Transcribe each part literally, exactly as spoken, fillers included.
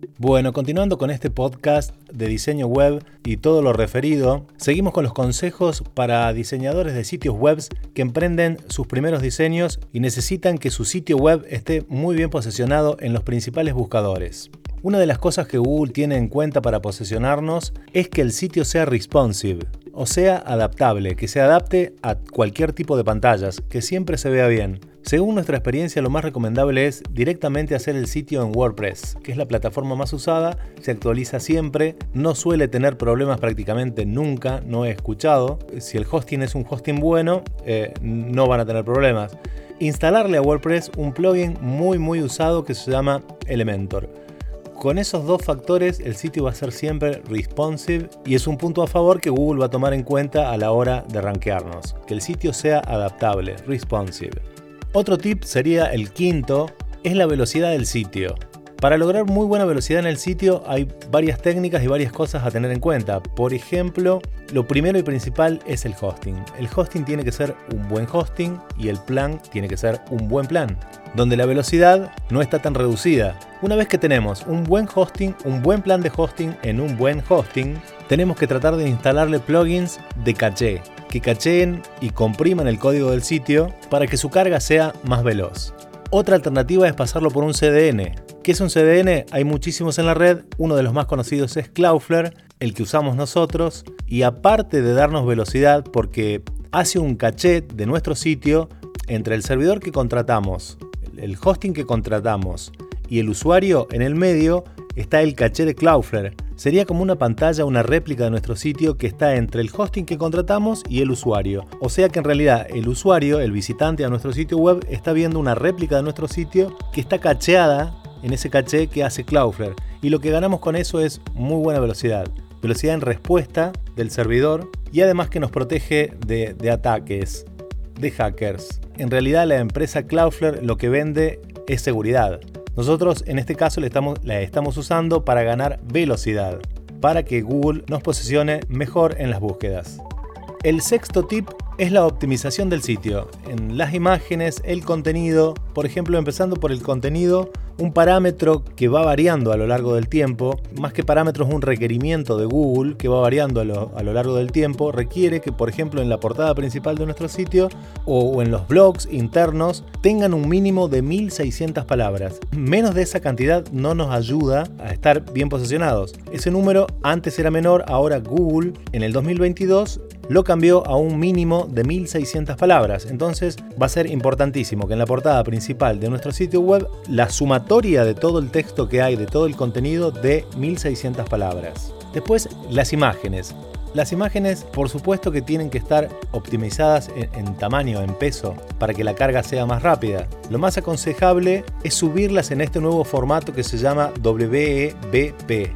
Bueno, continuando con este podcast de diseño web y todo lo referido, seguimos con los consejos para diseñadores de sitios web que emprenden sus primeros diseños y necesitan que su sitio web esté muy bien posicionado en los principales buscadores. Una de las cosas que Google tiene en cuenta para posicionarnos es que el sitio sea responsive, o sea, adaptable, que se adapte a cualquier tipo de pantallas, que siempre se vea bien. Según nuestra experiencia, lo más recomendable es directamente hacer el sitio en WordPress, que es la plataforma más usada, se actualiza siempre, no suele tener problemas prácticamente nunca, no he escuchado. Si el hosting es un hosting bueno, eh, no van a tener problemas. Instalarle a WordPress un plugin muy muy usado que se llama Elementor. Con esos dos factores el sitio va a ser siempre responsive y es un punto a favor que Google va a tomar en cuenta a la hora de rankearnos, que el sitio sea adaptable, responsive. Otro tip sería el quinto, es la velocidad del sitio. Para lograr muy buena velocidad en el sitio hay varias técnicas y varias cosas a tener en cuenta. Por ejemplo, lo primero y principal es el hosting. El hosting tiene que ser un buen hosting y el plan tiene que ser un buen plan, donde la velocidad no está tan reducida. Una vez que tenemos un buen hosting, un buen plan de hosting en un buen hosting, tenemos que tratar de instalarle plugins de caché, que cacheen y compriman el código del sitio para que su carga sea más veloz. Otra alternativa es pasarlo por un C D N. ¿Qué es un C D N? Hay muchísimos en la red, uno de los más conocidos es Cloudflare, el que usamos nosotros, y aparte de darnos velocidad porque hace un caché de nuestro sitio entre el servidor que contratamos, el hosting que contratamos y el usuario, en el medio está el caché de Cloudflare. Sería como una pantalla, una réplica de nuestro sitio que está entre el hosting que contratamos y el usuario. O sea que en realidad el usuario, el visitante a nuestro sitio web, está viendo una réplica de nuestro sitio que está cacheada en ese caché que hace Cloudflare. Y lo que ganamos con eso es muy buena velocidad. Velocidad en respuesta del servidor y además que nos protege de, de ataques, de hackers. En realidad la empresa Cloudflare lo que vende es seguridad. Nosotros en este caso le estamos, la estamos usando para ganar velocidad, para que Google nos posicione mejor en las búsquedas. El sexto tip es la optimización del sitio. En las imágenes, el contenido, por ejemplo, empezando por el contenido, un parámetro que va variando a lo largo del tiempo, más que parámetro es un requerimiento de Google que va variando a lo, a lo largo del tiempo, requiere que, por ejemplo, en la portada principal de nuestro sitio o, o en los blogs internos tengan un mínimo de mil seiscientas palabras. Menos de esa cantidad no nos ayuda a estar bien posicionados. Ese número antes era menor, ahora Google en el dos mil veintidós lo cambió a un mínimo de mil seiscientas palabras. Entonces va a ser importantísimo que en la portada principal de nuestro sitio web la sumatoria de todo el texto que hay, de todo el contenido, de mil seiscientas palabras. Después, las imágenes. Las imágenes, por supuesto que tienen que estar optimizadas en, en tamaño, en peso, para que la carga sea más rápida. Lo más aconsejable es subirlas en este nuevo formato que se llama W E B P.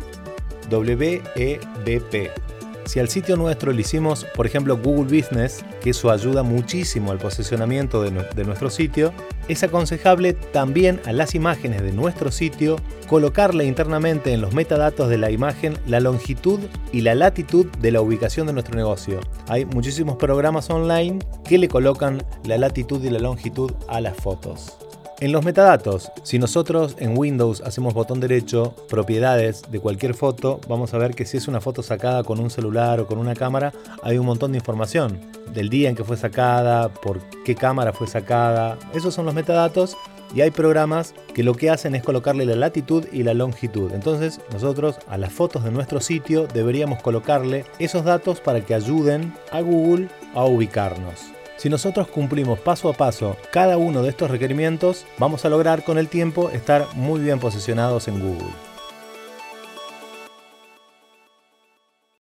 W E B P. Si al sitio nuestro le hicimos, por ejemplo, Google Business, que eso ayuda muchísimo al posicionamiento de, nu- de nuestro sitio, es aconsejable también a las imágenes de nuestro sitio colocarle internamente en los metadatos de la imagen la longitud y la latitud de la ubicación de nuestro negocio. Hay muchísimos programas online que le colocan la latitud y la longitud a las fotos. En los metadatos, si nosotros en Windows hacemos botón derecho, propiedades de cualquier foto, vamos a ver que si es una foto sacada con un celular o con una cámara, hay un montón de información del día en que fue sacada, por qué cámara fue sacada. Esos son los metadatos y hay programas que lo que hacen es colocarle la latitud y la longitud. Entonces nosotros a las fotos de nuestro sitio deberíamos colocarle esos datos para que ayuden a Google a ubicarnos. Si nosotros cumplimos paso a paso cada uno de estos requerimientos, vamos a lograr con el tiempo estar muy bien posicionados en Google.